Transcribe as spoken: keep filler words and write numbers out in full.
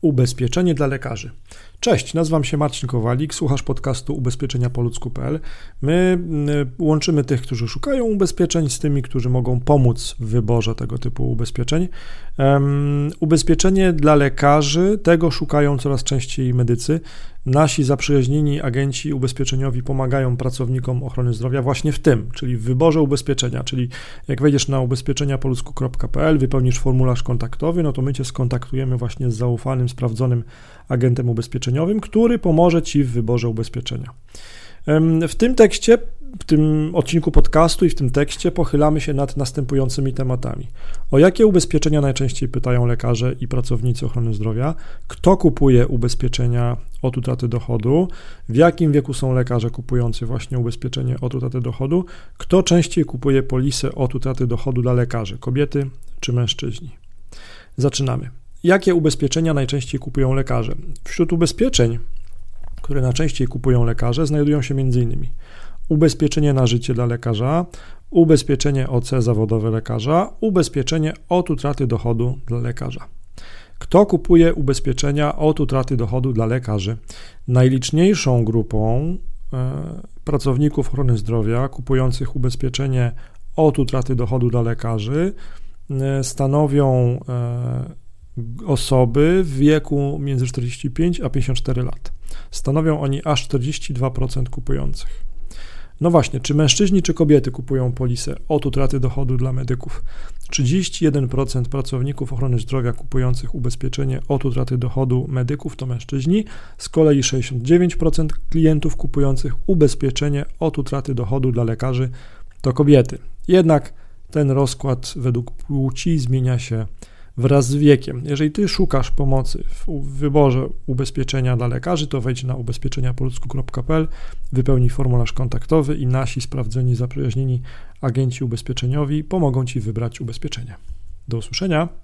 Ubezpieczenie dla lekarzy. Cześć, nazywam się Marcin Kowalik, słuchasz podcastu ubezpieczenia po ludzku kropka pe el. My łączymy tych, którzy szukają ubezpieczeń z tymi, którzy mogą pomóc w wyborze tego typu ubezpieczeń. Um, ubezpieczenie dla lekarzy, tego szukają coraz częściej medycy. Nasi zaprzyjaźnieni agenci ubezpieczeniowi pomagają pracownikom ochrony zdrowia właśnie w tym, czyli w wyborze ubezpieczenia, czyli jak wejdziesz na ubezpieczenia po ludzku kropka pe el, wypełnisz formularz kontaktowy, no to my Cię skontaktujemy właśnie z zaufanym, sprawdzonym agentem ubezpieczeniowym, który pomoże Ci w wyborze ubezpieczenia. W tym tekście, w tym odcinku podcastu i w tym tekście pochylamy się nad następującymi tematami. O jakie ubezpieczenia najczęściej pytają lekarze i pracownicy ochrony zdrowia? Kto kupuje ubezpieczenia od utraty dochodu? W jakim wieku są lekarze kupujący właśnie ubezpieczenie od utraty dochodu? Kto częściej kupuje polisę od utraty dochodu dla lekarzy? Kobiety czy mężczyźni? Zaczynamy. Jakie ubezpieczenia najczęściej kupują lekarze? Wśród ubezpieczeń, które najczęściej kupują lekarze, znajdują się m.in. ubezpieczenie na życie dla lekarza, ubezpieczenie O C zawodowe lekarza, ubezpieczenie od utraty dochodu dla lekarza. Kto kupuje ubezpieczenia od utraty dochodu dla lekarzy? Najliczniejszą grupą e, pracowników ochrony zdrowia kupujących ubezpieczenie od utraty dochodu dla lekarzy e, stanowią e, osoby w wieku między czterdzieści pięć a pięćdziesiąt cztery lat. Stanowią oni aż czterdzieści dwa procent kupujących. No właśnie, czy mężczyźni czy kobiety kupują polisę od utraty dochodu dla medyków? trzydzieści jeden procent pracowników ochrony zdrowia kupujących ubezpieczenie od utraty dochodu medyków to mężczyźni, z kolei sześćdziesiąt dziewięć procent klientów kupujących ubezpieczenie od utraty dochodu dla lekarzy to kobiety. Jednak ten rozkład według płci zmienia się wraz z wiekiem. Jeżeli Ty szukasz pomocy w wyborze ubezpieczenia dla lekarzy, to wejdź na ubezpieczenia po ludzku kropka pe el, wypełnij formularz kontaktowy i nasi sprawdzeni, zaprzyjaźnieni agenci ubezpieczeniowi pomogą Ci wybrać ubezpieczenie. Do usłyszenia.